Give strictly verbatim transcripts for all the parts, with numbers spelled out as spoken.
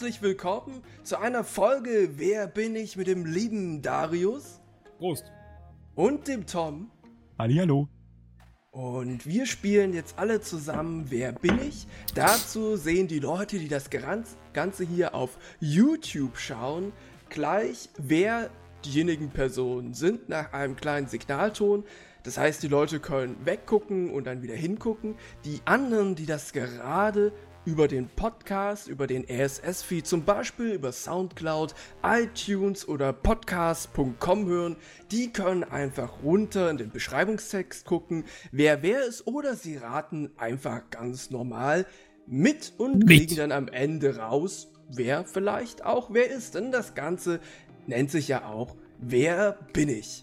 herzlich willkommen zu einer Folge Wer bin ich mit dem lieben Darius. Prost. Und dem Tom. Hallihallo. Und wir spielen jetzt alle zusammen Wer bin ich? Dazu sehen die Leute, die das Ganze hier auf YouTube schauen, gleich, wer diejenigen Personen sind nach einem kleinen Signalton. Das heißt, die Leute können weggucken und dann wieder hingucken. Die anderen, die das gerade über den Podcast, über den R S S-Feed, zum Beispiel über Soundcloud, iTunes oder podcast punkt com hören, die können einfach runter in den Beschreibungstext gucken, wer wer ist, oder sie raten einfach ganz normal mit und mit. kriegen dann am Ende raus, wer vielleicht auch wer ist. Denn das Ganze nennt sich ja auch Wer bin ich?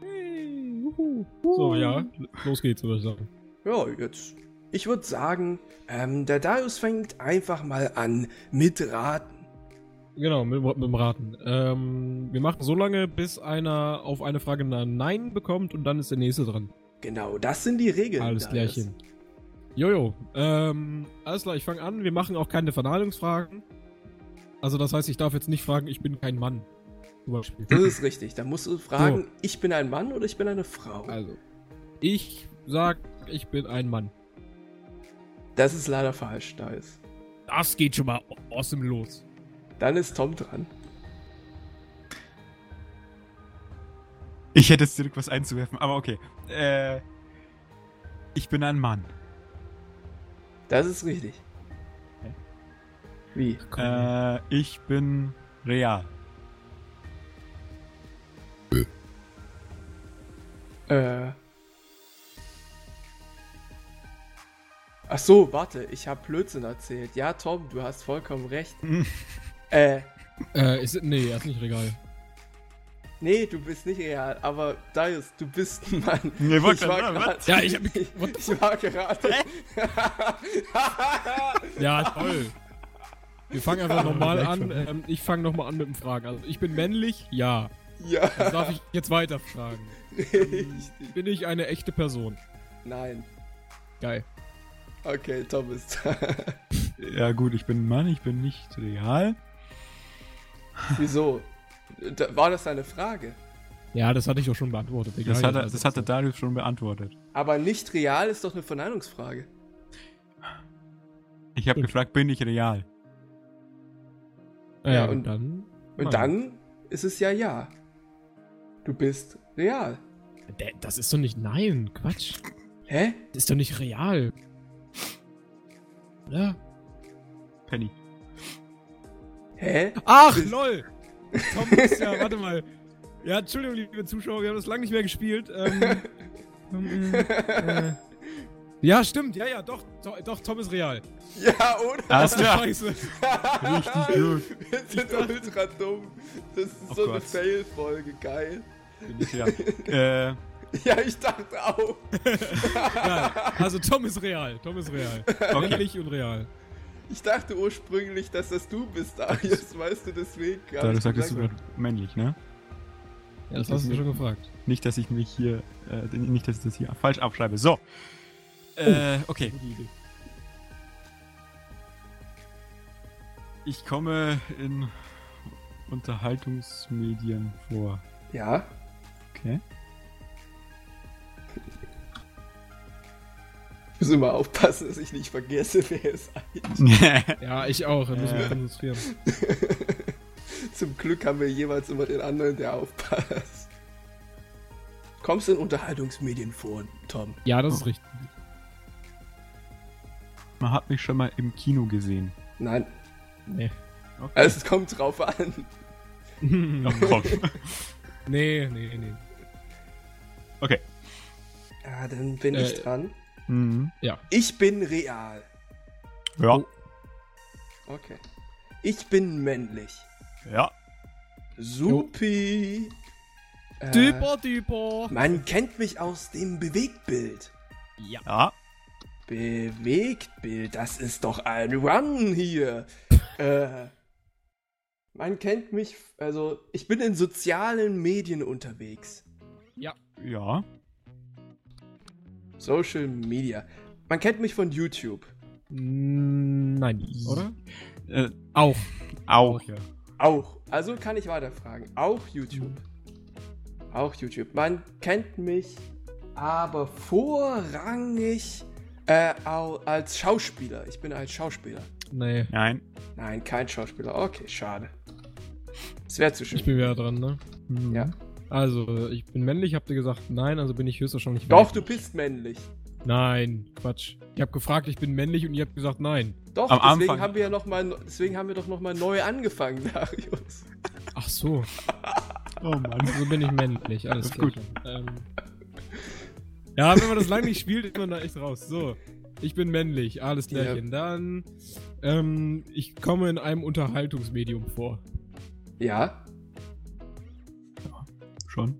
So, ja, los geht's, würde ich sagen. Ja, jetzt. Ich würde sagen, ähm, der Darius fängt einfach mal an mit Raten. Genau, mit, mit dem Raten. Ähm, wir machen so lange, bis einer auf eine Frage ein Nein bekommt und dann ist der nächste dran. Genau, das sind die Regeln. Alles klärchen. Jojo, ähm, alles klar, ich fange an. Wir machen auch keine Verneinungsfragen. Also das heißt, ich darf jetzt nicht fragen, ich bin kein Mann. Zum Beispiel. Das ist richtig. Da musst du fragen, So. Ich bin ein Mann oder ich bin eine Frau. Also, ich sag, ich bin ein Mann. Das ist leider falsch, Darius. Das geht schon mal awesome los. Dann ist Tom dran. Ich hätte jetzt direkt was einzuwerfen, aber okay. Äh, ich bin ein Mann. Das ist richtig. Okay. Wie? Äh, ich bin real. Äh. Ach so, warte, ich habe Blödsinn erzählt. Ja, Tom, du hast vollkommen recht. äh, Äh, ist, nee, er ist nicht regal. nee, du bist nicht real, aber Darius, du bist ein Mann. Nee, wollte ich war gerade sagen, grad, Ja, ich hab- ich, what the ich war gerade. Ja, toll. Wir fangen einfach nochmal an. Ähm, ich fange nochmal an mit dem Fragen. Also, ich bin männlich? Ja. Ja. Das darf ich jetzt weiter fragen. Richtig. Bin ich eine echte Person? Nein. Geil. Okay, Tom ist. Ja gut, ich bin ein Mann, ich bin nicht real. Wieso? Da, war das eine Frage? Ja, das hatte ich doch schon beantwortet. Egal, Das hat, er, also, das hat der Darius schon beantwortet. Aber nicht real ist doch eine Verneinungsfrage. Ich habe Stimmt. gefragt, bin ich real? Äh, Ja, und und- dann? Und Nein. dann ist es ja ja. Du bist real. Der- Das ist doch nicht. Nein, Quatsch. Hä? Das ist doch nicht real. Ja. Penny. Hä? Ach, Ist- lol! Tom ist ja, warte mal. Ja, Entschuldigung, liebe Zuschauer, wir haben das lange nicht mehr gespielt. Ähm, ähm, äh, ja, stimmt, ja, ja, doch, doch, doch, Tom ist real. Ja, oder? Alles klar. Scheiße. Richtig gut. Wir sind ultra dumm. Das ist Oh so eine Gott. Fail-Folge, geil. Bin ich real. äh, Ja, ich dachte auch. Ja, also Tom ist real, Tom ist real. Okay. Männlich und real. Ich dachte ursprünglich, dass das du bist, Darius, weißt du, deswegen. hab Darius ich sagtest du gesagt. gerade männlich, ne? Ja, das hast du schon gefragt. Nicht, dass ich mich hier, äh, nicht, dass ich das hier falsch abschreibe. So. Äh, okay. Gute Idee. Ich komme in Unterhaltungsmedien vor. Ja? Okay. Ich muss immer aufpassen, dass ich nicht vergesse, wer es eigentlich. Ja, ich auch, da müssen wir Äh. konzentrieren. Zum Glück haben wir jeweils immer den anderen, der aufpasst. Kommst du in Unterhaltungsmedien vor, Tom? Ja, das ist richtig. Man hat mich schon mal im Kino gesehen. Nein. Nee. Okay. Also es kommt drauf an. Ach, komm. Nee, nee, nee. Okay. Ja, dann bin Äh, ich dran. Mhm. Ich bin real. Ja. Oh. Okay. Ich bin männlich. Ja. Supi. Äh, Typer, Typer. Man kennt mich aus dem Bewegtbild. Ja. Ja. Bewegtbild, das ist doch ein Run hier. äh, man kennt mich, also ich bin in sozialen Medien unterwegs. Ja. Ja. Social Media. Man kennt mich von YouTube. Mm, Nein, oder? Äh, Auch. auch. ja. Auch. Also kann ich weiterfragen. Auch YouTube. Auch YouTube. Man kennt mich aber vorrangig äh, au- als Schauspieler. Ich bin ein Schauspieler. Nee, Nein. Nein, kein Schauspieler. Okay, schade. Es wäre zu schön. ich bin wieder dran, ne? Mhm. Ja. Also, ich bin männlich, habt ihr gesagt nein, also bin ich höchstwahrscheinlich Doch, weiblich. du bist männlich. Nein, Quatsch. Ich habe gefragt, ich bin männlich und ihr habt gesagt nein. Doch, Am deswegen Anfang- haben wir ja noch mal, deswegen haben wir doch nochmal neu angefangen, Darius. Ach so, Oh Mann. also bin ich männlich, alles Das ist klar. gut. Ähm, ja, wenn man das lange nicht spielt, ist man da echt raus. So, ich bin männlich, alles klärchen. Dann, ähm, ich komme in einem Unterhaltungsmedium vor. Ja? Schon?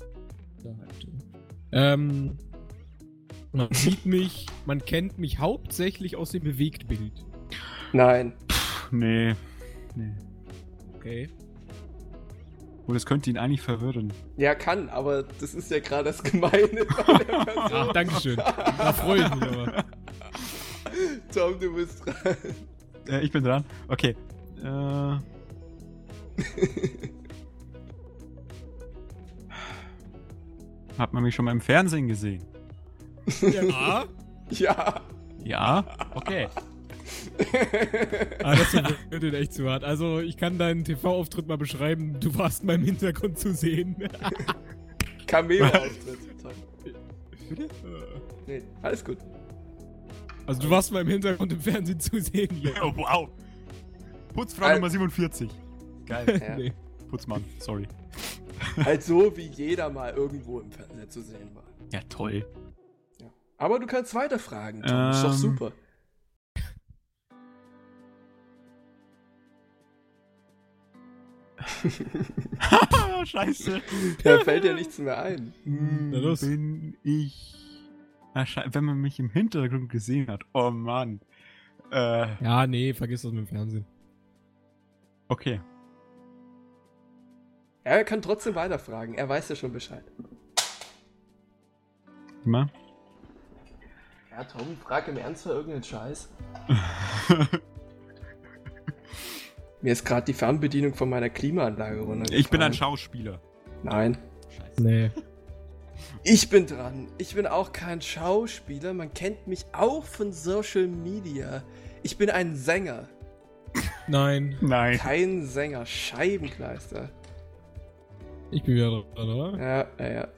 Ähm, man sieht mich, man kennt mich hauptsächlich aus dem Bewegtbild. Nein. Puh, nee. Nee. Okay. Oh, das könnte ihn eigentlich verwirren. Ja, kann, aber das ist ja gerade das Gemeine von der Person. Ach, dankeschön. Da freue ich mich aber. Tom, du bist dran. Äh, ich bin dran. Okay. Äh. Hat man mich schon mal im Fernsehen gesehen? Ja. Ja. Ja? Okay. Ah, das wird dir echt zu hart. Also, ich kann deinen T V-Auftritt mal beschreiben. Du warst in meinem Hintergrund zu sehen. Cameo-Auftritt. Tom. Nee, alles gut. Also, du warst in meinem Hintergrund im Fernsehen zu sehen. Ja. Oh, wow. Putzfrau Al- Nummer siebenundvierzig. Geil. Ja. Nee. Putzmann, sorry. Halt so, wie jeder mal irgendwo im Fernsehen zu sehen war. Ja, toll. Ja. Aber du kannst weiterfragen, Tom. Ist doch Ähm. super. Scheiße. Da fällt dir nichts mehr ein. Na los. Bin ich. Ah, Schei- wenn man mich im Hintergrund gesehen hat. Oh Mann. Äh, Ja, nee, vergiss das mit dem Fernsehen. okay. Ja, er kann trotzdem weiterfragen. Er weiß ja schon Bescheid. Immer. Ja, Tom, frag im Ernst für irgendeinen Scheiß. Mir ist gerade die Fernbedienung von meiner Klimaanlage runtergefallen. Ich bin ein Schauspieler. Nein. Scheiße. Nee. Ich bin dran. Ich bin auch kein Schauspieler. Man kennt mich auch von Social Media. Ich bin ein Sänger. Nein. Nein. Kein Sänger. Scheibenkleister. Ich bin wieder dran, oder? Ja, ja, ja.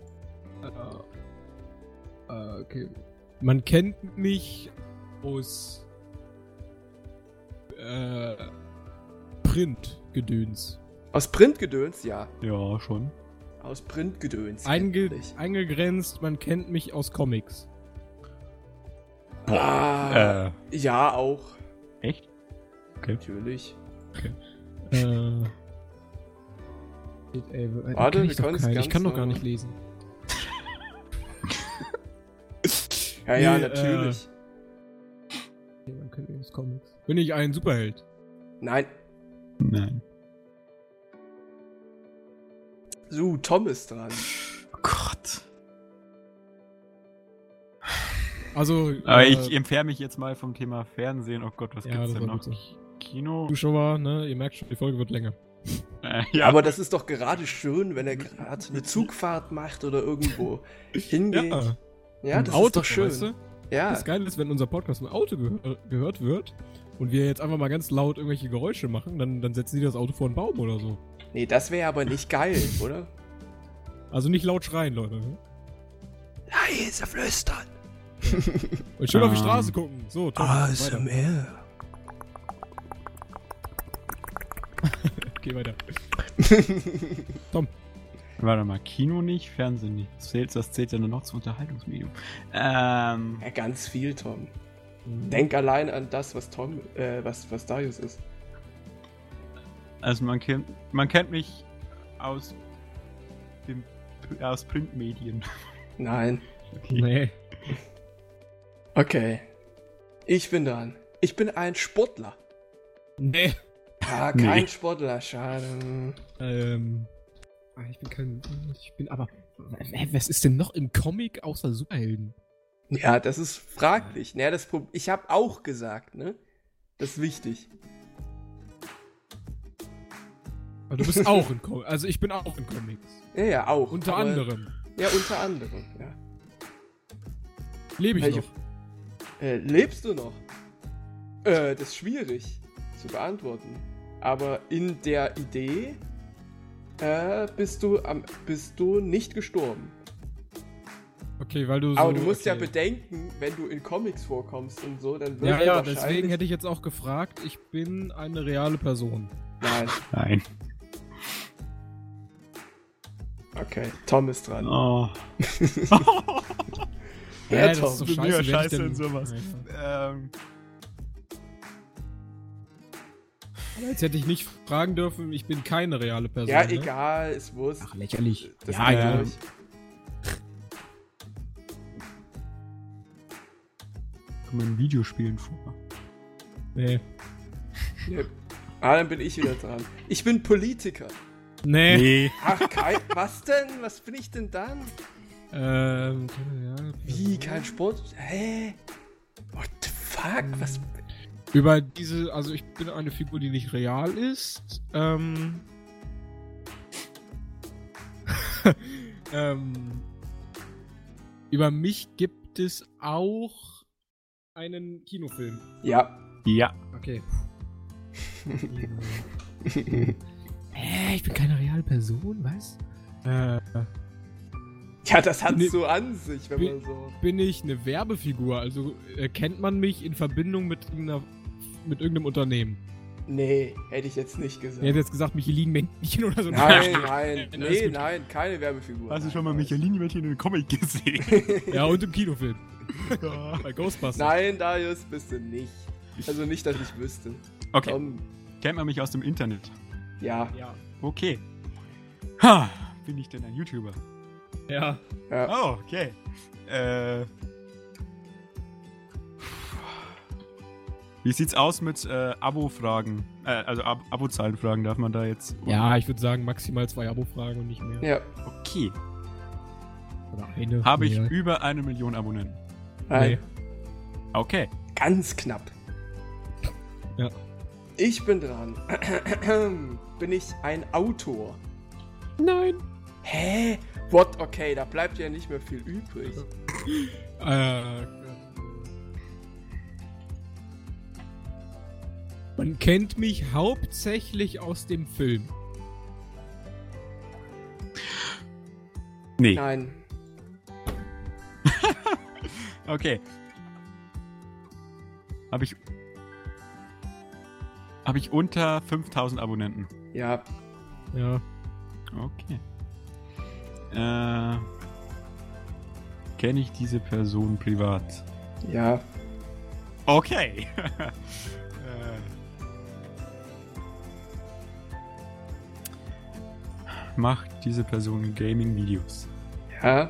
Äh, okay. Man kennt mich aus äh, Printgedöns. Aus Printgedöns? Ja. Ja, schon. Aus Printgedöns. Einge endlich. eingegrenzt, man kennt mich aus Comics. Ah, Äh, ja, auch. echt? Natürlich. Äh. Ey, Warte, kenn wir ich doch können's keinen. ganz Ich kann doch gar sauber- nicht lesen. Ja, ja, Nee, äh, natürlich. Okay, man kennt mich aus Comics. Bin ich ein Superheld? Nein. Nein. So, Tom ist dran. Oh Gott. Also, Aber äh, ich entferne mich jetzt mal vom Thema Fernsehen. Oh Gott, was ja, gibt's das denn war noch? gut so. Kino? Zuschauer, ne? Ihr merkt schon, die Folge wird länger. Äh, ja. Aber das ist doch gerade schön, wenn er gerade eine Zugfahrt macht oder irgendwo hingeht. Ja, Ja, das Im Auto, ist doch schön. Weißt du? Ja, Das Geile ist, wenn unser Podcast im Auto gehör gehört wird und wir jetzt einfach mal ganz laut irgendwelche Geräusche machen, dann, dann setzen die das Auto vor einen Baum oder so. nee, das wäre aber nicht geil, oder? Also nicht laut schreien, Leute. Ne? Leise flüstern. Und schön auf die Ähm, Straße gucken. So, Tom, weiter. M. Okay, weiter. Warte mal, Kino nicht, Fernsehen nicht. Das zählt, das zählt ja nur noch zum Unterhaltungsmedium. Ähm. Ja, ganz viel, Tom. Denk allein an das, was Tom, äh, was, was Darius ist. Also man kennt, man kennt mich aus dem aus Printmedien. Nein. Okay. Nee. Okay. Ich bin dran. Ich bin ein Sportler. Nee. Ah, Nee. kein Sportler, schade. Ähm. ah, Ich bin kein. Ich bin aber. Hä, was ist denn noch im Comic außer Superhelden? Ja, das ist fraglich. Naja, das Pro ich habe auch gesagt, ne? Das ist wichtig. Aber du bist auch in Comics. Also ich bin auch in Comics. Ja, ja, auch. Unter aber, anderem. Ja, unter anderem, ja. Lebe ich Welche- noch? Äh, lebst du noch? Äh, das ist schwierig zu beantworten. Aber in der Idee äh, bist du am, bist du nicht gestorben. Okay, weil du so... Aber du musst ja okay. bedenken, wenn du in Comics vorkommst und so, dann wird Ja, dir ja, wahrscheinlich... deswegen hätte ich jetzt auch gefragt, ich bin eine reale Person. Nein, Nein. okay, Tom ist dran. Oh. Ja, das Tom, ist so ich bin scheiße, mega wer ich scheiße denn- in sowas. Alter. Ähm, Aber jetzt hätte ich nicht fragen dürfen, ich bin keine reale Person. Ja, ne? egal, ist Wurst. Ach, lächerlich. Das ja, geht ja. durch. kommen in Videospielen vor. Nee. Ja. Ah, dann bin ich wieder dran. Ich bin Politiker. Nee. Nee. Ach, kein, was denn? Was bin ich denn dann? Ähm, keine reale Wie, Person. kein Sport? Hä? What the fuck? Was? Über diese, also ich bin eine Figur, die nicht real ist. Ähm. ähm. Über mich gibt es auch einen Kinofilm. Ja. Ja. Okay. Hä, ich bin keine reale Person, was? Äh, Ja, das hat Nee. so an sich, wenn Wie- man so... bin ich eine Werbefigur? Also äh, kennt man mich in Verbindung mit, irgendeiner, mit irgendeinem Unternehmen? Nee, hätte ich jetzt nicht gesagt. Er hat jetzt gesagt, Michelin Männchen oder so. Nein, nein, Alles nee, gut. nein, keine Werbefigur. Hast du Nein, schon mal nein. Michelin-Mädchen in einem Comic gesehen? Ja, und im Kinofilm. Bei Ghostbusters. Nein, Darius, bist du nicht. Also nicht, dass ich wüsste. Okay. Tom, Kennt man mich aus dem Internet? ja. Ja. Okay. Ha, bin ich denn ein YouTuber? Ja. ja. Oh, okay. Äh. Wie sieht's aus mit äh, Abo-Fragen? Äh, also Ab Abo-Zahlen-Fragen darf man da jetzt? Ja, ich würde sagen maximal zwei Abo-Fragen und nicht mehr. Ja. Okay. Oder eine. Habe ich Ja. über eine Million Abonnenten? Nein. Okay. Ganz knapp. Ja. Ich bin dran. Bin ich ein Autor? Nein. Hä? What? Okay, da bleibt ja nicht mehr viel übrig. Äh, man kennt mich hauptsächlich aus dem Film. Nee. Nein. Okay. Habe ich. Habe ich unter fünftausend Abonnenten? Ja. Ja. Okay. Äh. Kenne ich diese Person privat? Ja. Okay. äh. Macht diese Person Gaming-Videos? Ja.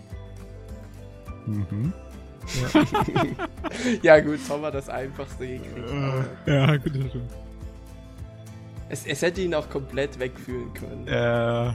Mhm. Ja gut, Tom hat das einfachste gekriegt. aber Ja, gut, das stimmt. Es, es hätte ihn auch komplett wegfühlen können. Äh. Da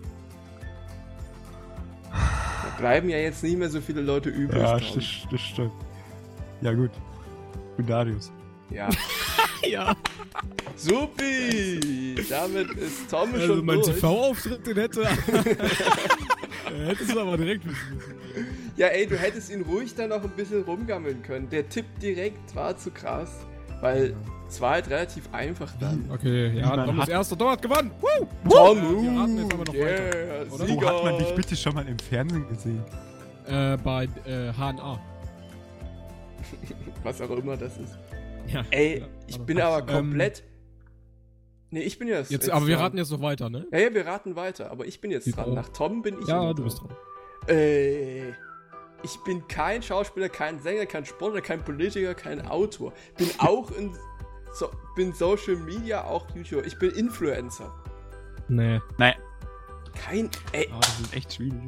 bleiben ja jetzt nicht mehr so viele Leute übrig. Ja, Tom. das, das stimmt. Ja, gut. Ich bin Darius. Ja. Ja. Supi! Damit ist Tom Also schon mein durch. T V-Auftritt, den hätte... hättest du aber direkt wissen müssen. Ja, ey, du hättest ihn ruhig dann noch ein bisschen rumgammeln können. Der Tipp direkt war zu krass. Weil es war halt relativ einfach dann. Okay, ja, Man Tom ist hat- erster. Tom hat gewonnen! Woo! Tom, wir raten jetzt aber noch yeah, weiter, oder? Wo hat man dich Sieger. bitte schon mal im Fernsehen gesehen? Äh, bei äh, H und A. Was auch immer das ist. Ja. Ey, Ja, ich warte. bin aber Ähm, komplett... Nee, ich bin jetzt... Jetzt, aber wir dran. raten jetzt noch weiter, ne? Ja, ja, wir raten weiter, aber ich bin jetzt Wie dran. auch. Nach Tom bin ich Ja, immer du bist dran. Äh, ich bin kein Schauspieler, kein Sänger, kein Sportler, kein Politiker, kein Autor. Bin auch in... So, bin Social Media, auch YouTuber. Ich bin Influencer. Nee. Nein. Kein... Ey, Ah, das ist echt schwierig.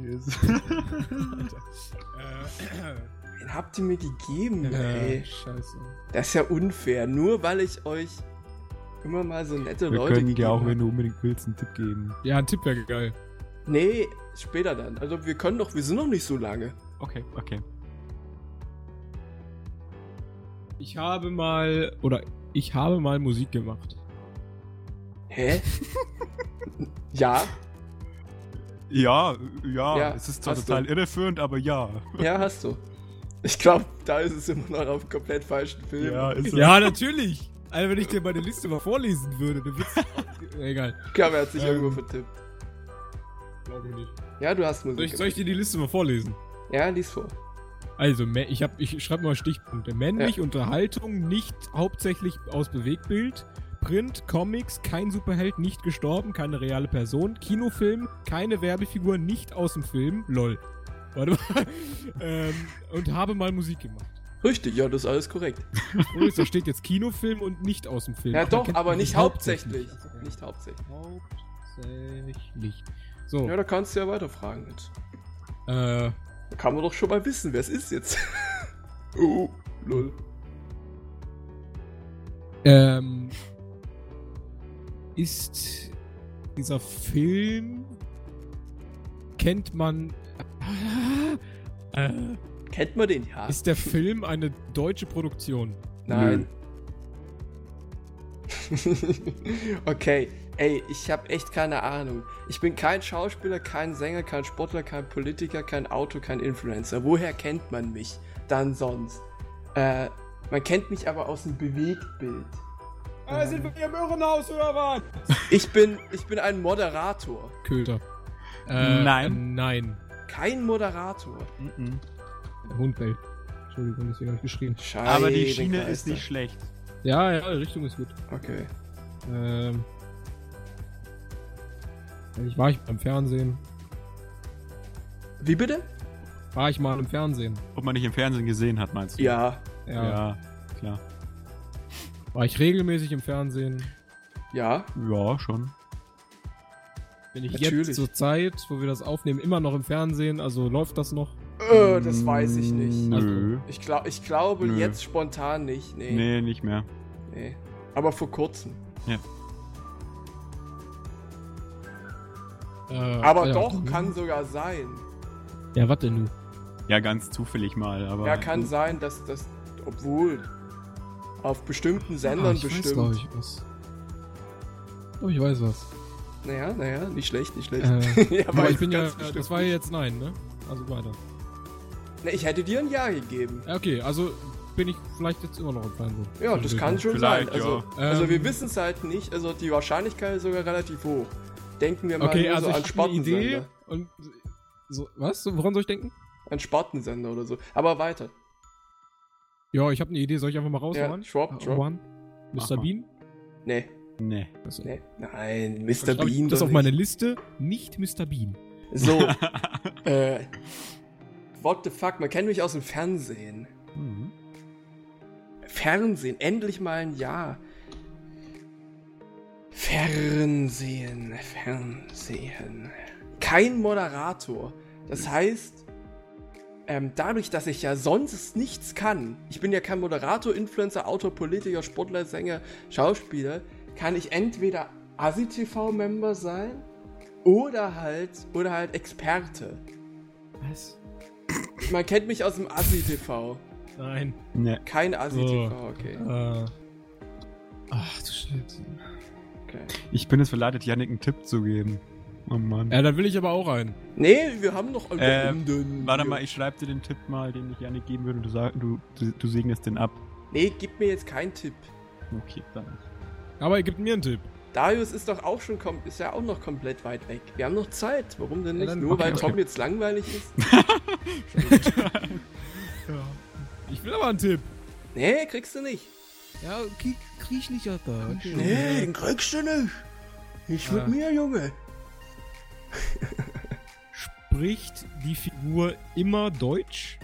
wen habt ihr mir gegeben, Äh, ey? scheiße. Das ist ja unfair. Nur weil ich euch immer mal so nette Wir Leute können dir gegeben auch, hab. wenn du unbedingt willst, einen Tipp geben. Ja, ein Tipp wäre geil. Nee, später dann. Also wir können doch... Wir sind noch nicht so lange. Okay, okay. Ich habe mal, oder ich habe mal Musik gemacht. Hä? Ja? Ja, ja, Ja, es ist zwar hast total du. irreführend, aber ja. Ja, hast du. Ich glaube, da ist es immer noch auf einem komplett falschen Film. Ja, ist so. Ja, natürlich. Also wenn ich dir meine Liste mal vorlesen würde, dann wird's... Egal. Ich glaube, er hat sich Ähm. irgendwo vertippt. Glaube ich nicht. Ja, du hast Musik. Soll ich, soll ich dir die Liste mal vorlesen? Ja, lies vor. Also, mä- ich, hab- ich schreibe mal Stichpunkte. Männlich, Unterhaltung, nicht hauptsächlich aus Bewegtbild. Print, Comics, kein Superheld, nicht gestorben, keine reale Person. Kinofilm, keine Werbefigur, nicht aus dem Film. Lol. Warte mal. ähm, und habe mal Musik gemacht. Richtig, ja, das ist alles korrekt. Und da steht jetzt Kinofilm und nicht aus dem Film. Ja, Ach, doch, kennt aber man nicht hauptsächlich. Nicht hauptsächlich. Hauptsächlich. So, Ja, da kannst du ja weiterfragen jetzt. äh, Da kann man doch schon mal wissen, wer es ist jetzt. Oh, lol. ähm, ist dieser Film, kennt man, äh, Kennt man den? Ja. ist der Film eine deutsche Produktion? Nein. Okay, ey, ich habe echt keine Ahnung. Ich bin kein Schauspieler, kein Sänger, kein Sportler, kein Politiker, kein Autor, kein Influencer. Woher kennt man mich dann sonst? Äh, man kennt mich aber aus dem Bewegtbild. Ah, sind wir hier im Irrenhaus oder was? Ich bin, ich bin ein Moderator. Köter. Äh, Nein. Äh, nein. Kein Moderator. Mhm. Der Hund bellt. Entschuldigung, deswegen habe ich geschrien. Scheiße. Aber die Schiene ist nicht schlecht. Ja, ja, die Richtung ist gut. Okay. Ähm. Ich war ich beim Fernsehen. Wie bitte? War ich mal im Fernsehen. Ob man nicht im Fernsehen gesehen hat, meinst du? Ja. Ja. Ja, klar. War ich regelmäßig im Fernsehen. Ja. Ja, schon. Bin ich Natürlich. jetzt zur Zeit, wo wir das aufnehmen, immer noch im Fernsehen? Also läuft das noch? Äh, das weiß ich nicht. Nö. Ich, glaub, ich glaube Nö. jetzt spontan nicht. Nee. Nee, nicht mehr. nee. Aber vor kurzem. Ja. Äh, Aber ja, doch, dann- kann sogar sein. Ja, was denn nun? Ja, ganz zufällig mal, aber. Ja, kann sein, dass das, obwohl auf bestimmten Sendern Ah, ich weiß, bestimmt. glaub ich, was. Oh, ich weiß was. Naja, naja, nicht schlecht, nicht schlecht. Äh, ja, aber weiß ich bin ja, ganz bestimmt das war ja nicht. jetzt nein, ne? Also weiter. Ne, ich hätte dir ein Ja gegeben. Ja, okay, also bin ich vielleicht jetzt immer noch im Fernsehen. Ja, das kann schon Vielleicht, sein. Also, ja. also Ähm. wir wissen es halt nicht. Also die Wahrscheinlichkeit ist sogar relativ hoch. Denken wir mal Okay, nur also so ich an hab eine Idee Spartensender. und so, was? Woran soll ich denken? An Spartensender oder so. Aber weiter. Ja, ich habe eine Idee, soll ich einfach mal Ja, raushauen? Schwab, Schwab. One? Mister Aha. Bean? Nee, Nee. Das, nee. Nein, Dann Mister schreib ich Bean das doch auf meine nicht. Liste, nicht Mister Bean. So, äh, what the fuck, man kennt mich aus dem Fernsehen. Mhm. Fernsehen, endlich mal ein Ja. Fernsehen, Fernsehen. Kein Moderator. Das heißt, ähm, dadurch, dass ich ja sonst nichts kann, ich bin ja kein Moderator, Influencer, Autor, Politiker, Sportler, Sänger, Schauspieler, kann ich entweder Asi-T V-Member sein oder halt, oder halt Experte. Was? Man kennt mich aus dem Asi-T V. Nein. Nee. Kein Asi-T V, okay. Äh. Ach du Scheiße. okay. Ich bin jetzt verleitet, Yannick einen Tipp zu geben. Oh Mann. Ja, dann will ich aber auch einen. Nee, wir haben noch Ähm, Runden. Warte mal, ich schreibe dir den Tipp mal, den ich Yannick geben würde und du, sag, du, du, du segnest den ab. Nee, gib mir jetzt keinen Tipp. Okay, dann. Aber er gibt mir einen Tipp. Darius ist doch auch schon kom ist ja auch noch komplett weit weg. Wir haben noch Zeit. Warum denn Ja, nicht? dann- Nur okay, weil okay. Tom jetzt langweilig ist? Ich will aber einen Tipp. Nee, kriegst du nicht. Ja, krieg, krieg ich nicht, Alter. Okay. Nee, den kriegst du nicht. Nicht mit mir, Junge. Spricht die Figur immer Deutsch?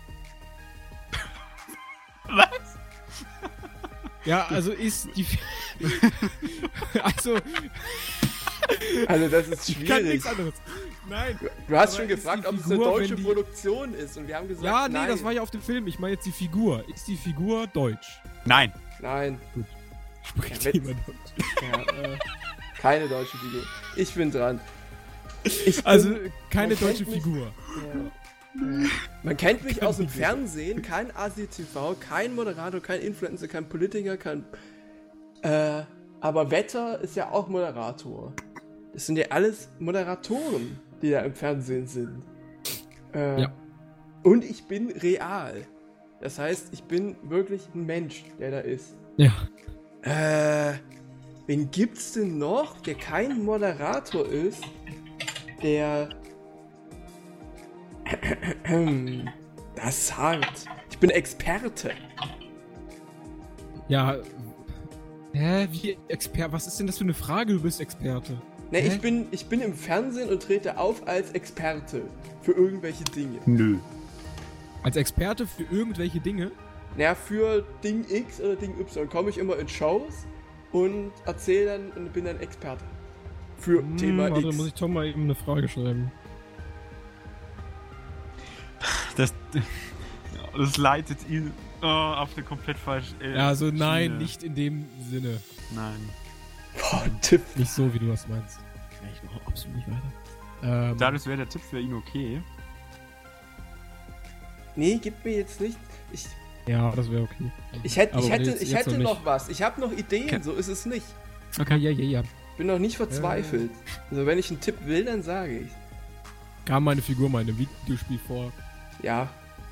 Was? Ja, also ist die Fi Also, Also das ist ich kann schwierig. nichts anderes. Nein. Du hast Aber schon ist gefragt, die ob es eine Figur, deutsche wenn die- Produktion ist. Und wir haben gesagt, Ja, nee, nein. das war ja auf dem Film. Ich meine jetzt die Figur. Ist die Figur deutsch? Nein. Nein, Spricht Ja, die wenn- immer Deutsch? ja, äh, keine deutsche Figur. Ich bin dran. Ich bin, Also, keine man kennt deutsche mich- Figur. Ja. Man kennt mich aus dem Fernsehen, kein Asi-T V, kein Moderator, kein Influencer, kein Politiker, kein... Äh, Aber Wetter ist ja auch Moderator. Das sind ja alles Moderatoren, die da im Fernsehen sind. Äh, Ja. Und ich bin real. Das heißt, ich bin wirklich ein Mensch, der da ist. Ja. Äh, wen gibt's denn noch, der kein Moderator ist, der... Das ist hart. Ich bin Experte. Ja. Hä? Wie Experte? Was ist denn das für eine Frage? Du bist Experte. Ne, Hä? ich bin, ich bin im Fernsehen und trete auf als Experte für irgendwelche Dinge. Nö. Als Experte für irgendwelche Dinge? Naja, für Ding X oder Ding Y komme ich immer in Shows und erzähle dann und bin dann Experte. Für Hm, Thema warte, X. muss ich Tom mal eben eine Frage schreiben. Das, das leitet ihn oh, auf eine komplett falsche. Äh, Ja, also nein, Schiene. nicht in dem Sinne. Nein. Boah, Tipp. Nicht so, wie du das meinst. Ja, ich mache absolut nicht weiter. Ähm, Dadurch wäre der Tipp für ihn okay. Nee, gib mir jetzt nicht. Ich, ja, das wäre okay. ich hätte, ich Aber hätte, jetzt- ich jetzt hätte noch noch nicht. was. Ich habe noch Ideen, Okay. so ist es nicht. Okay, ja, ja, ja. Ich bin noch nicht verzweifelt. Also wenn ich einen Tipp will, dann sage ich. Kam meine Figur mal in einem Videospiel vor. Ja.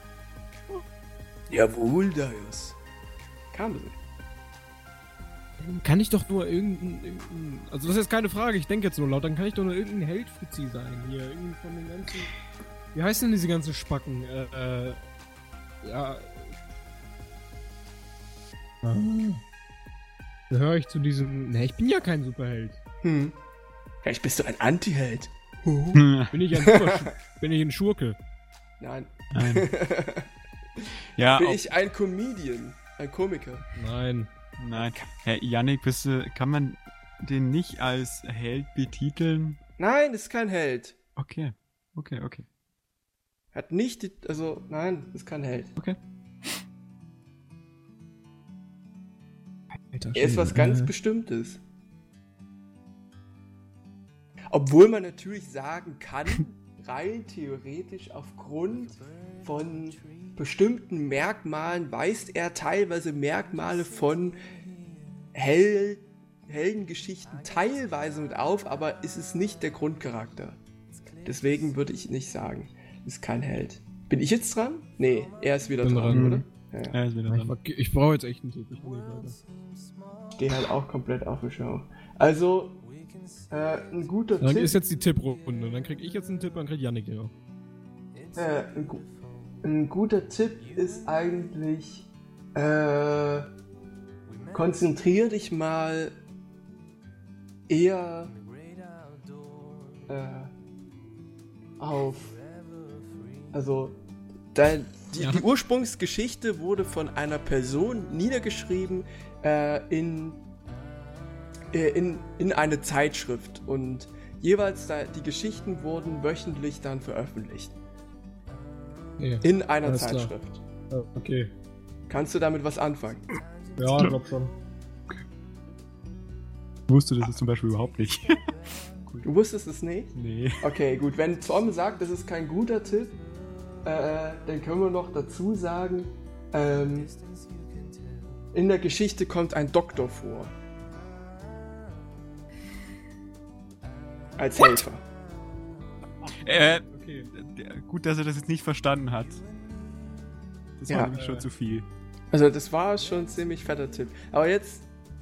Jawohl, Darius. Kam sie. Kann ich doch nur irgendein, irgendein. Also, das ist jetzt keine Frage, ich denke jetzt nur laut. Dann kann ich doch nur irgendein Held-Fuzzi sein. Hier, irgendwie von den ganzen. Wie heißen denn diese ganzen Spacken? Äh, äh. Ja. Ah. Da höre ich zu diesem. Ne, ich bin ja kein Superheld. Hm. Vielleicht bist du ein Anti-Held. Huh. Bin ich ein Super Bin ich ein Schurke? Nein. Nein. Ja, Bin auch, ich ein Comedian? Ein Komiker? Nein. nein. Herr Yannick, bist du, kann man den nicht als Held betiteln? Nein, ist kein Held. Okay. Okay, okay. Hat nicht die, also, nein, ist kein Held. Okay. Alter, Er ist was Schwede, ganz äh, Bestimmtes. Obwohl man natürlich sagen kann, rein theoretisch aufgrund von bestimmten Merkmalen weist er teilweise Merkmale von Hel Heldengeschichten teilweise mit auf, aber ist es nicht der Grundcharakter. Deswegen würde ich nicht sagen, ist kein Held. Bin ich jetzt dran? Nee, er ist wieder Bin dran, dran. oder? Ja, ja. Er ist wieder Ich, dran. ich brauche jetzt echt einen Tipp. Ich will nicht weiter. Ich stehe halt auch komplett auf der Schau. Also, äh, ein guter Dann Tipp. ist jetzt die Tipprunde. Dann krieg ich jetzt einen Tipp, dann kriegt Yannick den auch. Äh, ein, gu ein guter Tipp ist eigentlich, äh, konzentrier dich mal eher äh, auf, also, dein, die, Ja. die Ursprungsgeschichte wurde von einer Person niedergeschrieben äh, in, äh, in, in eine Zeitschrift und jeweils da, die Geschichten wurden wöchentlich dann veröffentlicht. Ja, In einer Alles klar. Zeitschrift. okay. Kannst du damit was anfangen? Ja, ich glaub schon. Ich wusste das jetzt zum Beispiel überhaupt nicht. Du wusstest es nicht? Nee. Okay, gut. Wenn Tom sagt, das ist kein guter Tipp, äh, dann können wir noch dazu sagen, ähm, in der Geschichte kommt ein Doktor vor. Als Helfer. Äh, Okay. der- gut, dass er das jetzt nicht verstanden hat. Das Ja. war nämlich Äh. schon zu viel. Also das war schon ein ziemlich fetter Tipp. Aber jetzt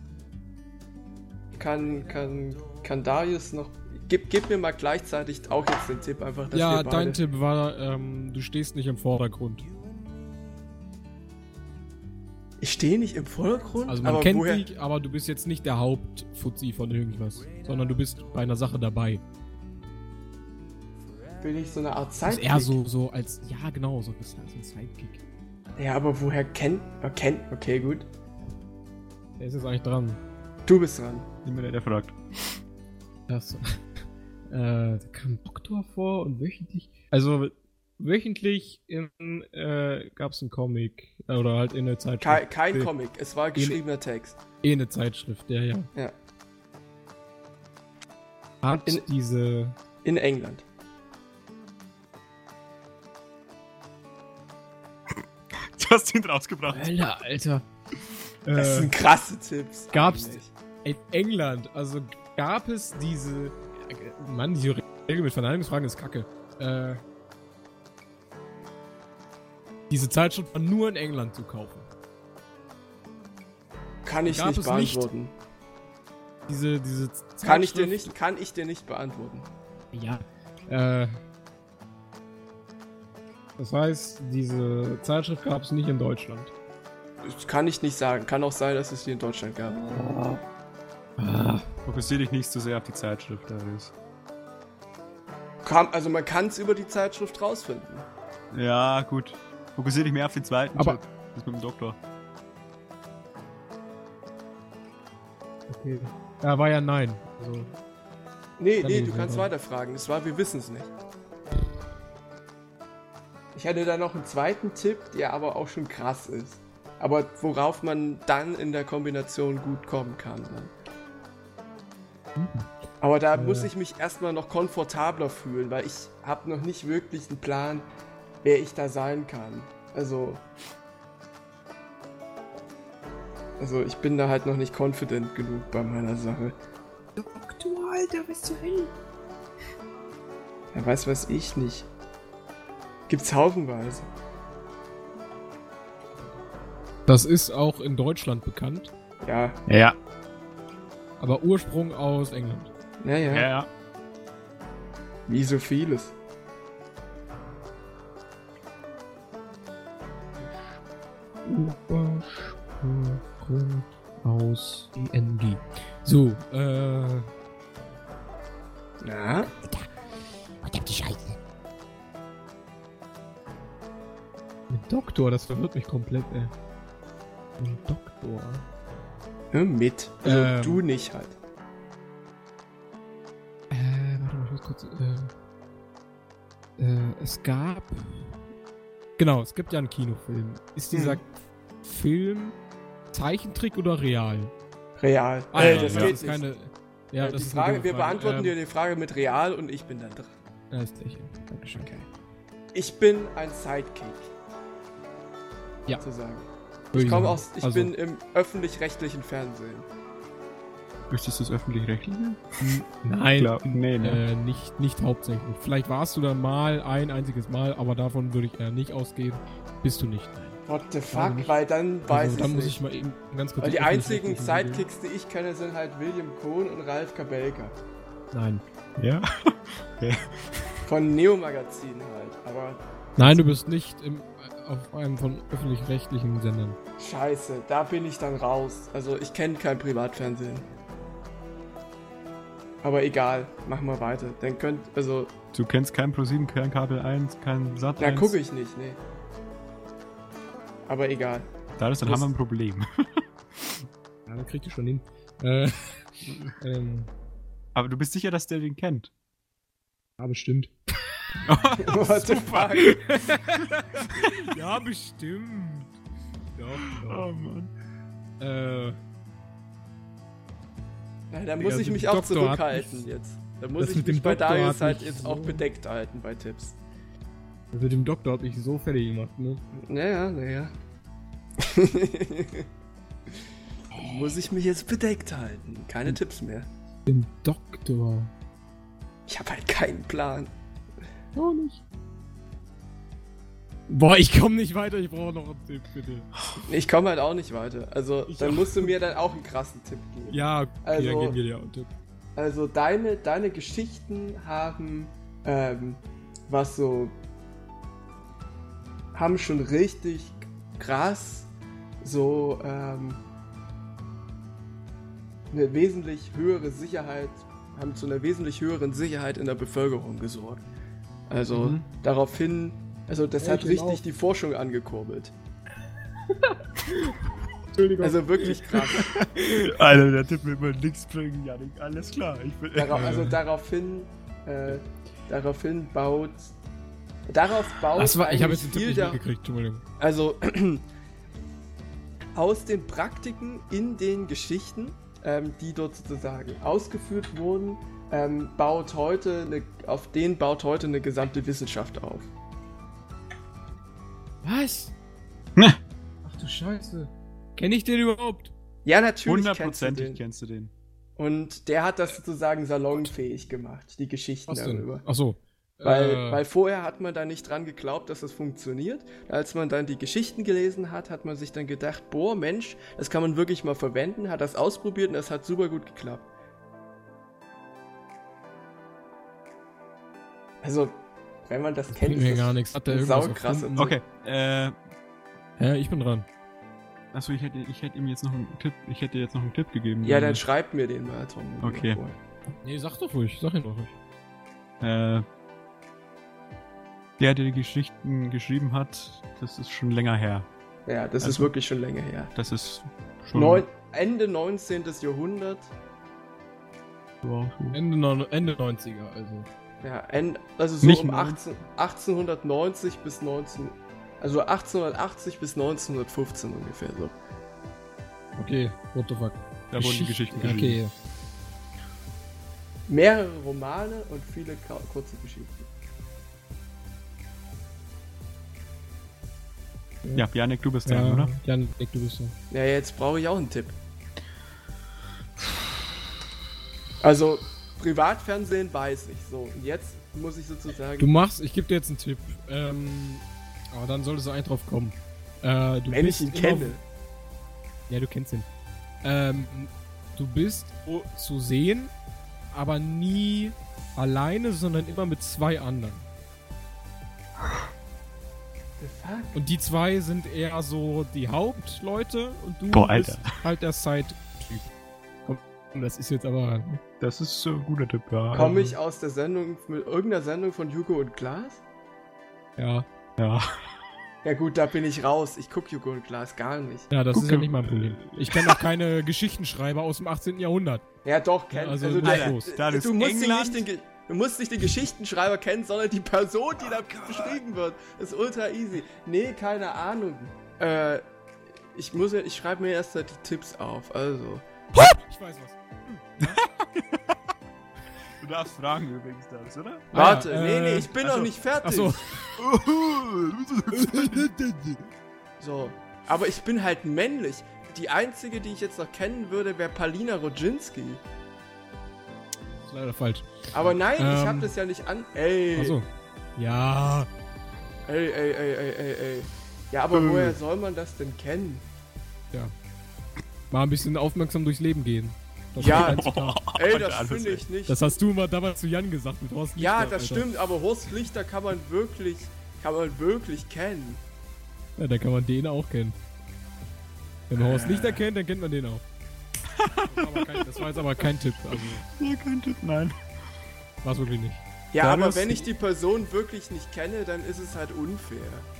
kann, kann, kann Darius noch... Gib, gib mir mal gleichzeitig auch jetzt den Tipp, einfach, dass Ja, wir beide... dein Tipp war, ähm, du stehst nicht im Vordergrund. Ich stehe nicht im Vordergrund, Also man aber kennt woher... dich, aber du bist jetzt nicht der Hauptfuzzi von irgendwas, sondern du bist bei einer Sache dabei. Bin ich so eine Art Das ist Sidekick? eher so, so als, ja genau, so, das ist so ein Sidekick. Ja, aber woher kennt... Oh, kennt... Okay, gut. Der ist jetzt eigentlich dran. Du bist dran. Immer der, der fragt. Das, äh, da kam ein Doktor vor und wöchentlich, also wöchentlich in, äh, gab's einen Comic, äh, oder halt in der Zeitschrift. Kein, kein Okay. Comic, es war geschriebener Text. Eh eine Zeitschrift, ja, ja. Ja. Hat In- diese, In England. Du hast ihn rausgebracht. Alter, Alter. Das Äh, sind krasse Tipps. gab's- eigentlich. In England, also gab es diese. Mann, diese Regel mit Verneinigungsfragen ist kacke. Äh, diese Zeitschrift war nur in England zu kaufen. Kann ich Gab nicht es beantworten. Nicht diese, diese Zeitschrift, Kann ich dir nicht, kann ich dir nicht beantworten. Ja. Äh, das heißt, diese Zeitschrift gab es nicht in Deutschland. Das kann ich nicht sagen. Kann auch sein, dass es die in Deutschland gab. Ah. Fokussier dich nicht so sehr auf die Zeitschrift, Darius. Kann, also man kann es über die Zeitschrift rausfinden. Ja, gut. Fokussier dich mehr auf den zweiten Aber- Job. Das mit dem Doktor. Okay. Ja, war ja nein. Also, Nee, Kann nee, ich du nicht kannst sagen. weiterfragen. Das war, wir wissen es nicht. Ich hätte da noch einen zweiten Tipp, der aber auch schon krass ist. Aber worauf man dann in der Kombination gut kommen kann. Dann. Aber da Äh. muss ich mich erstmal noch komfortabler fühlen, weil ich habe noch nicht wirklich einen Plan, wer ich da sein kann. Also... Also ich bin da halt noch nicht confident genug bei meiner Sache. Doktor, Alter, was zur Hölle? Ja, weiß was ich nicht. Gibt's haufenweise. das ist auch in Deutschland bekannt, Ja, Ja. aber Ursprung aus England. naja, Ja, ja. wie so vieles. Ursprung aus E N G. So, äh. Na? Verdammte Scheiße. Mit Doktor, das verwirrt mich komplett, ey. Ein Doktor. Ja, mit. Also Ähm. du nicht halt. Äh, warte mal, ich muss kurz. Äh, äh, es gab. Genau, es gibt ja einen Kinofilm. Ist dieser Hm. Film Zeichentrick oder real? Real. Ah, äh, ja, das ja, geht ist nicht. keine. Ja, Äh, das die ist eine Frage, dumme wir Frage. beantworten ähm, dir die Frage mit real und ich bin dann dran. Ja, ist gleich. Dankeschön. Okay. Ich bin ein Sidekick. Ja. Sozusagen. Würde Ich komme sagen. aus, ich Also, bin im öffentlich-rechtlichen Fernsehen. Möchtest du das öffentlich-rechtliche? Nein, Klar. Nee, ne. äh, nicht, nicht hauptsächlich. Vielleicht warst du da mal ein einziges Mal, aber davon würde ich eher nicht ausgehen. Bist du nicht, nein. What the Glaube fuck? nicht. Weil dann weiß Also, ich dann muss nicht. ich mal eben ganz kurz. Weil die einzigen öffentlich-rechtlichen Sidekicks, die ich kenne, sind halt William Cohn und Ralf Kabelka. Video- Nein. Ja? Von Neo Magazin halt. Aber Nein, du bist nicht im, auf einem von öffentlich-rechtlichen Sendern. scheiße, da bin ich dann raus. Also ich kenne kein Privatfernsehen. Aber egal, mach mal weiter. Dann könnt, also, Du kennst kein ProSieben, kein Kabel eins, kein Sat na eins. gucke ich nicht, nee. Aber egal. Da ist dann Das- haben wir ein Problem. Ja, dann kriegt ihr schon hin. Äh, ähm, Aber du bist sicher, dass der den kennt? ja, bestimmt. What the fuck? Ja, bestimmt. Doch, Oh Mann. Äh, Na, da muss Ja, ich der mich auch Doktor hat zurückhalten mich- jetzt. Da muss das ich mit mich dem bei Doktor Darius hat halt mich jetzt so- auch bedeckt halten bei Tipps. mit dem Doktor hab ich so fertig gemacht, ne? Naja, naja. Muss ich mich jetzt bedeckt halten. Keine Tipps mehr. Dem Doktor. Ich habe halt keinen Plan. Auch nicht. Boah, ich komme nicht weiter, ich brauche noch einen Tipp, bitte. Ich komme halt auch nicht weiter. Also, Ich dann auch. musst du mir dann auch einen krassen Tipp geben. Ja, okay, Also- dann geben wir dir auch einen Tipp. Also, deine, deine Geschichten haben, ähm, was so, haben schon richtig krass so, ähm, eine wesentlich höhere Sicherheit, haben zu einer wesentlich höheren Sicherheit in der Bevölkerung gesorgt. Also, Mhm. daraufhin, also das Ja, hat ich richtig auch. die Forschung angekurbelt. Entschuldigung. Also wirklich krass. Alter, der Tipp will mir nichts bringen, Janik. Alles klar. Ich bin Darauf, also daraufhin, äh, daraufhin baut, darauf baut das war, ich habe eigentlich jetzt den Tipp viel nicht der, mitgekriegt, Entschuldigung. also aus den Praktiken in den Geschichten, ähm, die dort sozusagen ausgeführt wurden, ähm, baut heute eine, auf denen baut heute eine gesamte Wissenschaft auf. Was? Na. Ach du Scheiße. Kenn ich den überhaupt? Ja, natürlich kennst du hundertprozentig den. kennst du den. Und der hat das sozusagen salonfähig gemacht, die Geschichten Was darüber. denn? Achso. Weil, äh, weil vorher hat man da nicht dran geglaubt, dass das funktioniert. Als man dann die Geschichten gelesen hat, hat man sich dann gedacht, boah, Mensch, das kann man wirklich mal verwenden, hat das ausprobiert und das hat super gut geklappt. Also, wenn man das kennt, bringt mir ist gar das nichts. Hat der eine irgendwas saukrasse. erfunden? Okay, äh, Hä, ich bin dran. achso, ich hätte, ich hätte ihm jetzt noch einen Tipp, ich hätte jetzt noch einen Tipp gegeben. Ja, dann schreibt mir den mal, Tom. Okay. Nee, sag doch ruhig, sag ihn doch ruhig. Äh, der, der die Geschichten geschrieben hat, das ist schon länger her. Ja, das ist Also- wirklich schon länger her. Das ist schon... Neun, Ende neunzehnten. Jahrhundert. Wow. Ende, neun- Ende neunziger, also. Ja, end, also so Nicht um neun- achtzehn, achtzehnhundertneunzig bis neunzehn, also achtzehnhundertachtzig bis neunzehnhundertfünfzehn ungefähr so. Okay, what the fuck. Da wurden die Geschichten geschrieben. Okay. Mehrere Romane und viele ka- kurze Geschichten. Ja, Janik, du bist dran, Ja, oder? Jan, Nick, du bist so. Ja, jetzt brauche ich auch einen Tipp. Also, Privatfernsehen weiß ich so. Und jetzt muss ich sozusagen. Du machst, ich gebe dir jetzt einen Tipp. Ähm, aber dann solltest du eigentlich drauf kommen. Äh, du wenn ich ihn immer- kenne. Ja, du kennst ihn. Ähm, du bist wo zu sehen, aber nie alleine, sondern immer mit zwei anderen. The fuck? Und die zwei sind eher so die Hauptleute und du Boah, Alter. bist halt der Side-Typ. Komm, das ist jetzt aber... Das ist so ein guter Tipp, ja. Komme ich aus der Sendung, mit irgendeiner Sendung von Joko und Klaas? Ja, Ja. Ja gut, da bin ich raus. Ich guck Joko und Klaas gar nicht. ja das Guck, ist ja äh, nicht mein Problem. Ich kenne auch keine Geschichtenschreiber aus dem achtzehnten. Jahrhundert. Ja doch, Ja, kenn, also also, leg der- los. Da du, ist musst nicht England. den, Ge- du musst nicht den Geschichtenschreiber kennen, sondern die Person, die da beschrieben wird. Das ist ultra easy. Nee, keine Ahnung. Äh, ich muss ja, ich schreibe mir erst halt die Tipps auf. Also. Ich weiß was. Du darfst fragen übrigens das, oder? Warte, Ah, nee, äh, nee, ich bin achso, noch nicht fertig. Achso. So. Aber ich bin halt männlich. Die einzige, die ich jetzt noch kennen würde, wäre Palina Rodzinski. ist leider falsch. Aber nein, ich Ähm. hab das ja nicht an. Ey. Achso. Ja. Ey, ey, ey, ey, ey, ey. Ja, aber Äh. woher soll man das denn kennen? Ja. Mal ein bisschen aufmerksam durchs Leben gehen. Das Ja. ist ganz klar. Ey, das alles, finde ey. ich nicht. Das hast du mal damals zu Jan gesagt mit Horst ja, Lichter, das Alter. stimmt, aber Horst Lichter kann man wirklich, kann man wirklich kennen. Ja, dann kann man den auch kennen. Wenn man Horst Lichter kennt, dann kennt man den auch. Das war, aber kein, das war jetzt aber kein Tipp. Also, Ihr könntet, nein. war es wirklich nicht. Ja, Da aber das- wenn ich die Person wirklich nicht kenne, dann ist es halt unfair.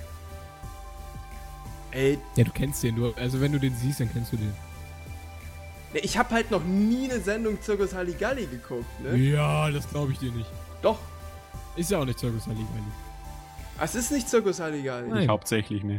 Ey, Ja, du kennst den. Du, also wenn du den siehst, dann kennst du den. ne, ich habe halt noch nie eine Sendung Zirkus Halligalli geguckt, ne? Ja, das glaube ich dir nicht. Doch, Ist ja auch nicht Circus Halligalli. es ist nicht Zirkus Halligalli. Nein. Ich hauptsächlich, ne.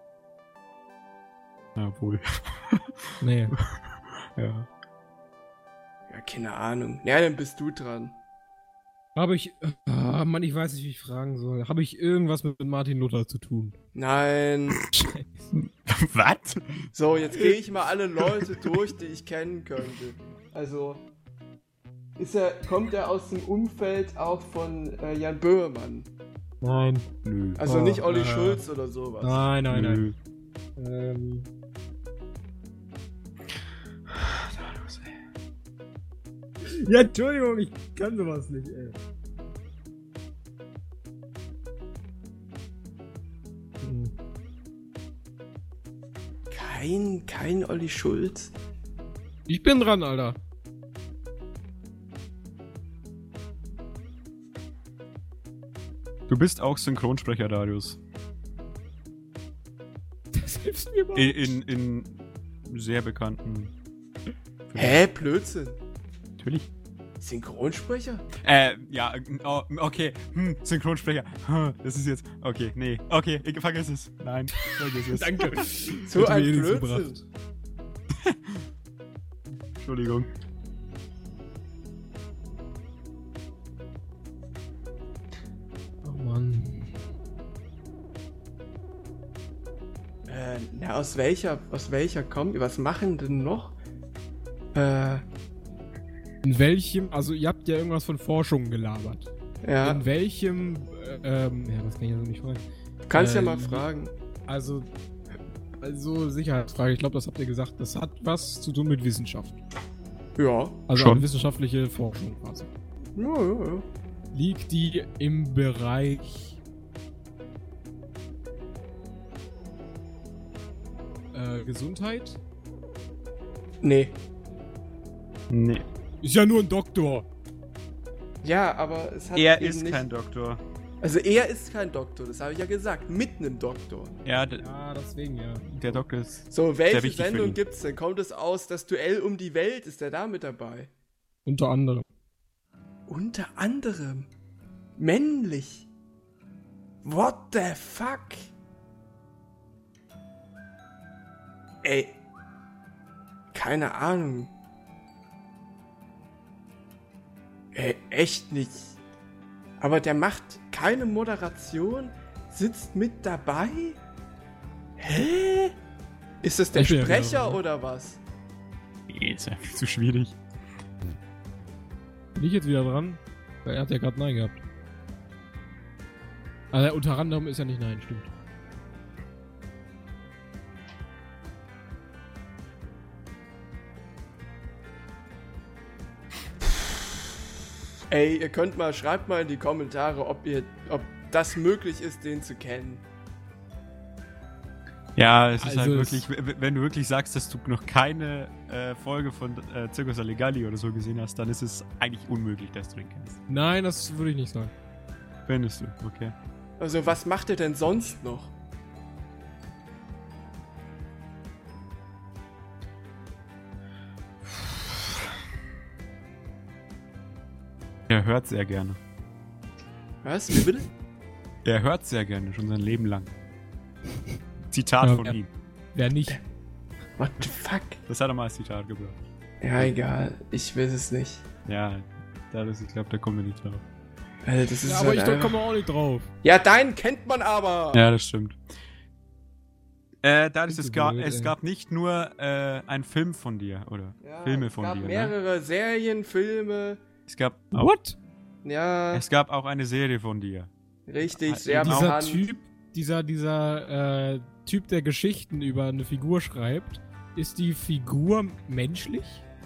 Ja, wohl. Nee. Ja. Ja, keine Ahnung. Ja, dann bist du dran. Habe ich... Ah, Mann, ich weiß nicht, wie ich fragen soll. Habe ich irgendwas mit Martin Luther zu tun? Nein. Scheiße. Was? So, jetzt gehe ich mal alle Leute durch, die ich kennen könnte. Also, ist er, kommt er aus dem Umfeld auch von äh, Jan Böhmermann? Nein. Nö. Also Oh, nicht Olli äh. Schulz oder sowas. Nein, nein, Nö. nein. Ähm... Ja, Entschuldigung, ich kann sowas nicht, ey. Hm. Kein, kein Olli Schulz? Ich bin dran, Alter. Du bist auch Synchronsprecher, Darius. Das hilft mir mal. In, in, in sehr bekannten... Hä, Blödsinn. Natürlich. Synchronsprecher? Äh, ja, oh, okay. Hm, Synchronsprecher. Hm, Das ist jetzt... Okay, nee. Okay, ich vergiss es. Nein, vergiss es. Danke. So Hat mir ein eh nichts Blödsinn. gebracht. Entschuldigung. Oh Mann. Äh, na, aus welcher, aus welcher kommt, was machen denn noch? Äh, In welchem, also ihr habt ja irgendwas von Forschung gelabert. Ja, In welchem, äh, ähm, ja, was kann ich also nicht fragen? du kannst ja äh, mal fragen. Also, also Sicherheitsfrage, ich glaube, das habt ihr gesagt, das hat was zu tun mit Wissenschaft. Ja. Also Schon. eine wissenschaftliche Forschung quasi. Ja, ja, ja. Liegt die im Bereich äh, Gesundheit? Nee. Nee. Ist ja nur ein Doktor. Ja, aber es hat Er eben ist nicht... kein Doktor. Also er ist kein Doktor, das habe ich ja gesagt. Mit einem Doktor. Ja, d- Ja, deswegen ja. der Doktor ist... So, Sehr welche wichtig für Sendung ihn. gibt's denn? Kommt es aus das Duell um die Welt? Ist der da mit dabei? Unter anderem. Unter anderem. Männlich. What the fuck? Ey. Keine Ahnung. Ey, echt nicht. Aber der macht keine Moderation, sitzt mit dabei? Hä? Ist das der Ich bin ja wieder Sprecher dran, ne? oder was? Nee, ist einfach zu schwierig. Bin ich jetzt wieder dran? Weil er hat ja gerade Nein gehabt. Also unter anderem ist ja nicht Nein, stimmt. Ey, ihr könnt mal, schreibt mal in die Kommentare, ob ihr, ob das möglich ist, den zu kennen. Ja, es ist Also halt es- wirklich, w- wenn du wirklich sagst, dass du noch keine äh, Folge von äh, Circus Allegali oder so gesehen hast, dann ist es eigentlich unmöglich, dass du den kennst. Nein, das würde ich nicht sagen. Findest du, okay. Also, was macht er denn sonst noch? Er hört sehr gerne. Was? Wie bitte? Er hört sehr gerne, schon sein Leben lang. Zitat Ja, von ja. ihm. Wer nicht? What the fuck? Das hat er mal als Zitat gebracht. Ja, egal. Ich weiß es nicht. Ja, da ist, ich glaube, da kommen wir nicht drauf. Alter, das ist Ja, aber halt ich da einfach... komme auch nicht drauf. Ja, deinen kennt man aber! Ja, das stimmt. Äh, dadurch, Bist es, du gab, blöd, es ey. gab nicht nur äh, einen Film von dir, oder Ja, Filme es von gab dir, ne? mehrere Serien, Filme. Es gab, auch, What? Ja, es gab auch eine Serie von dir. richtig, Ah, sehr dieser Dieser bekannt. Typ, dieser, dieser äh, Typ, der Geschichten über eine Figur schreibt, ist die Figur menschlich?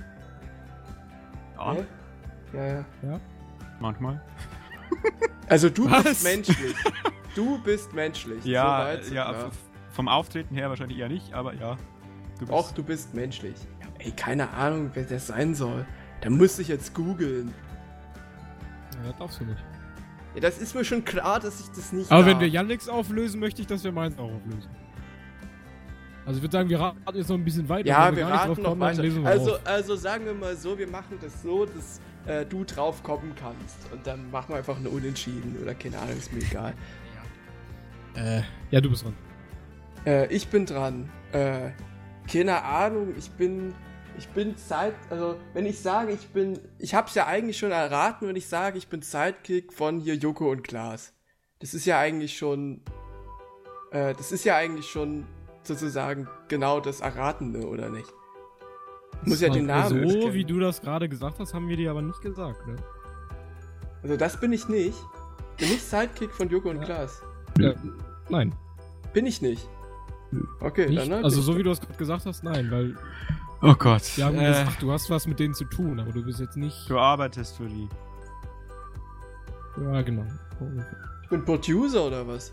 Ja, Hä? Ja, ja. manchmal. Also du Was? bist menschlich. Du bist menschlich. Ja, Soweit, so ja, klar. f- vom Auftreten her wahrscheinlich eher nicht, aber ja. Du bist, Och, du bist menschlich. Ja, ey, keine Ahnung, wer das sein soll. Da muss ich jetzt googeln. Ja, das darfst du nicht. Ja, das ist mir schon klar, dass ich das nicht Aber darf. wenn wir Yannicks auflösen, möchte ich, dass wir meins auch auflösen. Also ich würde sagen, wir raten jetzt noch ein bisschen weiter. Ja, Wenn wir gar nicht raten drauf noch kommen, dann weiter. lesen wir Also, auf. also sagen wir mal so, wir machen das so, dass äh, du drauf kommen kannst. Und dann machen wir einfach eine Unentschieden oder keine Ahnung, ist mir egal. Äh, ja, du bist dran. Äh, ich bin dran. Äh, keine Ahnung, ich bin. Ich bin Zeit. Also, wenn ich sage, ich bin. Ich hab's ja eigentlich schon erraten, wenn ich sage, ich bin Sidekick von hier Joko und Klaas. Das ist ja eigentlich schon. Äh, das ist ja eigentlich schon sozusagen genau das Erratende, oder nicht? Ich muss ja den Namen erst So, kennen. wie du das gerade gesagt hast, haben wir dir aber nicht gesagt, ne? Also, das bin ich nicht. Bin ich Sidekick von Joko und Ja. Klaas? Ja, nein. Bin ich nicht. Okay, Nicht, dann ne? also so wie du das gerade gesagt hast, nein, weil Oh Gott. wir haben äh, gesagt, du hast was mit denen zu tun, aber du bist jetzt nicht... du arbeitest für die. Ja, genau. Ich bin Producer oder was?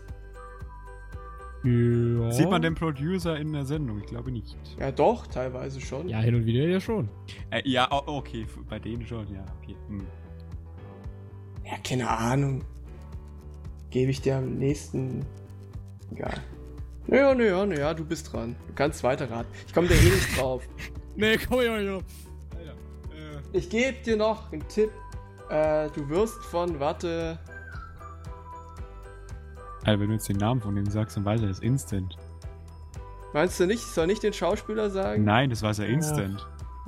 Ja. Sieht man den Producer in der Sendung? Ich glaube nicht. Ja, doch, teilweise schon. Ja, hin und wieder ja schon. Äh, ja, o- okay, f- bei denen schon, ja, okay. Hm. Ja, keine Ahnung. Gebe ich dir am nächsten. Egal. Naja, naja, naja, du bist dran. Du kannst weiterraten. Ich komme da eh nicht drauf. Nee, komm ja, ja. Alter, äh, Ich gebe dir noch einen Tipp. Äh, du wirst von, warte. Also, wenn du jetzt den Namen von dem sagst, dann weiß er das instant. Meinst du nicht? Ich soll nicht den Schauspieler sagen? Nein, das weiß er instant.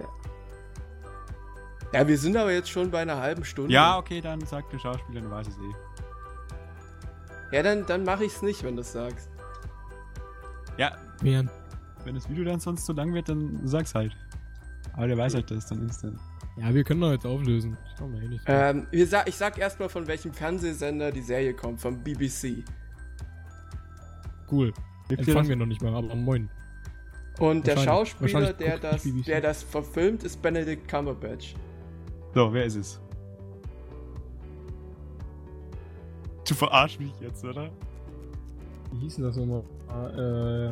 Ja, wir sind aber jetzt schon bei einer halben Stunde. Ja, okay, dann sagt der Schauspieler, du weißt es eh. Ja, dann, dann mache ich es nicht, wenn du es sagst. Ja, Bären. wenn das Video dann sonst so lang wird, dann sag's halt. Aber der weiß halt das dann instant. Ja, wir können doch jetzt auflösen. Ich kann mal eh nicht. Ähm, wir sa- ich sag erstmal, von welchem Fernsehsender die Serie kommt, vom B B C. Cool. Gibt ihr Empfangen das? wir noch nicht mal, aber moin. Und der Wahrscheinlich- Schauspieler, wahrscheinlich der guckt das, nicht B B C. der das verfilmt, ist Benedict Cumberbatch. So, wer ist es? Du verarsch mich jetzt, oder? Wie hieß denn das nochmal? Äh,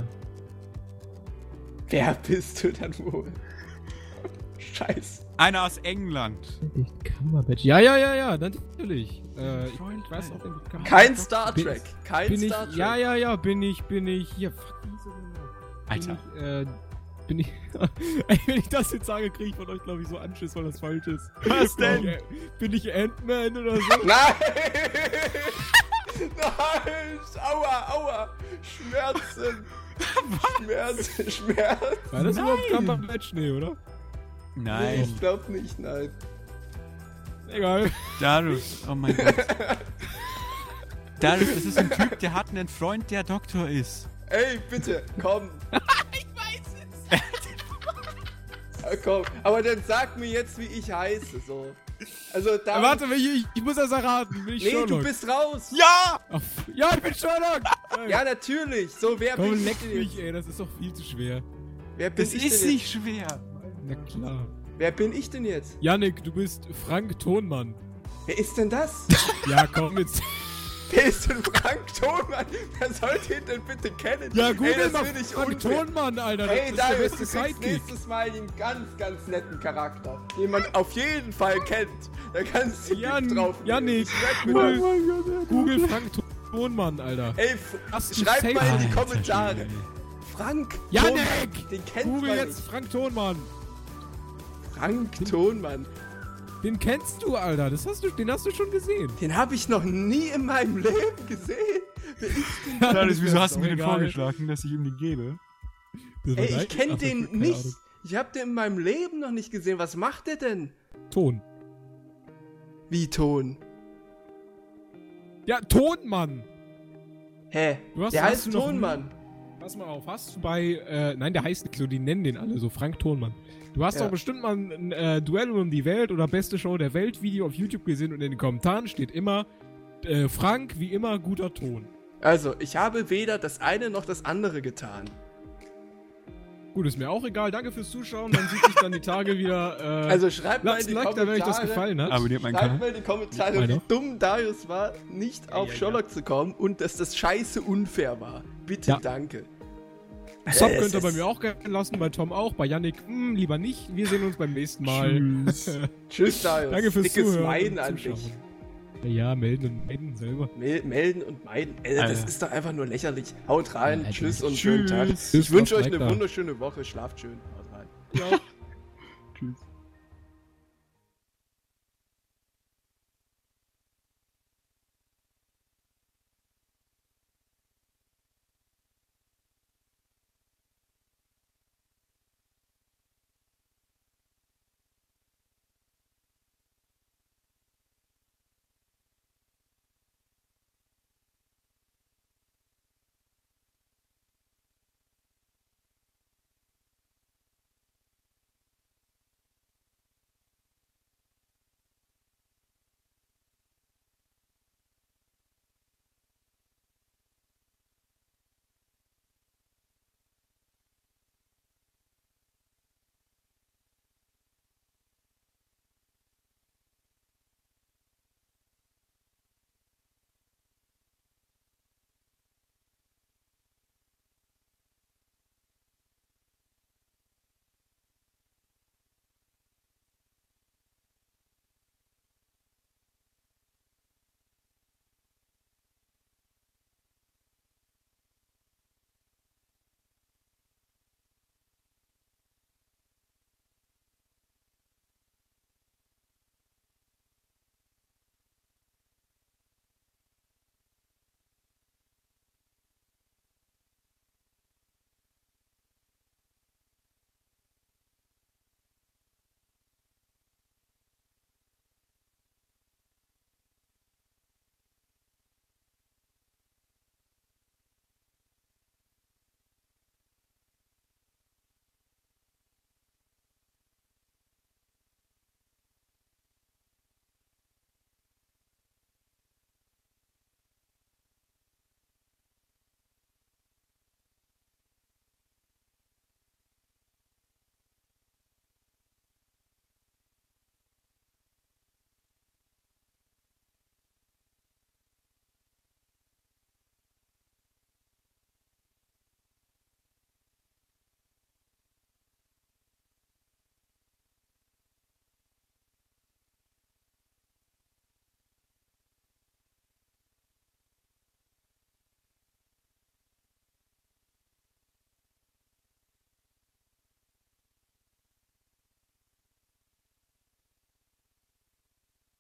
Wer bist du dann wohl? Scheiße. Einer aus England. Benedict Cumberbatch. Ja, ja, ja, ja, natürlich. Äh, ich weiß auch Benedict Cumberbatch. Kein Star Bin- Trek. Kein Bin ich, Star Trek. ja, ja, ja, bin ich, bin ich, hier, fuck, wie hieß er denn noch? Alter. Bin ich, äh, bin ich, ey, wenn ich das jetzt sage, kriege ich von euch, glaube ich, so Anschiss, weil das falsch ist. Was denn? Bin ich, bin ich Ant-Man oder so? Nein! Nein! Aua, aua! Schmerzen! Schmerzen, Schmerzen! War das Nein. überhaupt Cumberbatch? Nee, oder? Nee, Nein. ich glaub nicht, nein. Egal. Darius, oh mein Gott. Darius, das ist ein Typ, der hat einen Freund, der Doktor ist. Ey, bitte, komm! Ich weiß es. Ah, komm, aber dann sag mir jetzt, wie ich heiße, so. Also da. Äh, warte, ich, ich, ich muss das erraten. Bin ich Nee, Sherlock? du bist raus! Ja! Ach, ja, ich bin Sherlock! Ey, Ja, natürlich! So, wer bin komm, ich leck denn mich, jetzt? ey, das ist doch viel zu schwer. Wer bin Das ich ist denn nicht schwer. Na klar. Jetzt? Wer bin ich denn jetzt? Yannick, du bist Frank Thonmann. Wer ist denn das? Ja, komm jetzt. Wer ist denn Frank Thonmann? Wer sollte ihn denn bitte kennen? Ja, Ey, google das mal finde ich Frank unfair. Thonmann, Alter. Hey, das ist der Darius, beste du kriegst Sidekick. nächstes Mal einen ganz, ganz netten Charakter, den man auf jeden Fall kennt. Da kannst du Jan, Gift drauf. Yannick, Schreib mir Google, das. Google Frank Thonmann, Alter. Ey, f- Hast du schreib safe- mal in die Alter Kommentare. Schwede. Frank Yannick! Thonmann, den kennt Google man jetzt nicht. Frank Thonmann. Frank Thonmann. Den kennst du, Alter. Das hast du, den hast du schon gesehen. Den habe ich noch nie in meinem Leben gesehen. Wer ist denn das? Darius, wieso hast du mir doch den egal. vorgeschlagen, dass ich ihm den gebe? Das war Ey, dein- ich kenne Ach, den keine nicht. Ahnung. Ich habe den in meinem Leben noch nicht gesehen. Was macht der denn? Ton. Wie Ton? Ja, Tonmann. Hä? Du hast- Der hast heißt du noch Tonmann. Pass mal auf, hast du bei, äh, nein, der heißt nicht so, die nennen den alle so, Frank Thonmann. Du hast Ja. doch bestimmt mal ein äh, Duell um die Welt oder beste Show der Welt Video auf YouTube gesehen und in den Kommentaren steht immer, äh, Frank, wie immer, guter Ton. Also, ich habe weder das eine noch das andere getan. Gut, ist mir auch egal, danke fürs Zuschauen, dann sieht sich dann die Tage wieder, äh, Also schreibt mal in lasst die ein Like da, wenn euch das Kommentare. gefallen hat. Abonniert meinen Schreibt Kanal. mal in die Kommentare, Meiner. wie dumm Darius war, nicht auf ja, Sherlock zu kommen und dass das scheiße unfair war. Bitte, Ja. danke. Sub Äh, könnt es ihr bei ist- mir auch gerne lassen, bei Tom auch, bei Yannick, hm, lieber nicht. Wir sehen uns beim nächsten Mal. Tschüss. Tschüss, Darius. Danke fürs Dickes Zuhören. Meiden und an Zuschauen. dich. Ja, melden und melden selber. Mel melden und meiden. Äh, das Alter. ist doch einfach nur lächerlich. Haut rein, Ja, Alter. tschüss und Tschüss. schönen Tag. Tschüss, Ich wünsche lasst euch Like eine da. wunderschöne Woche. Schlaft schön. Haut rein. Ja. Tschüss.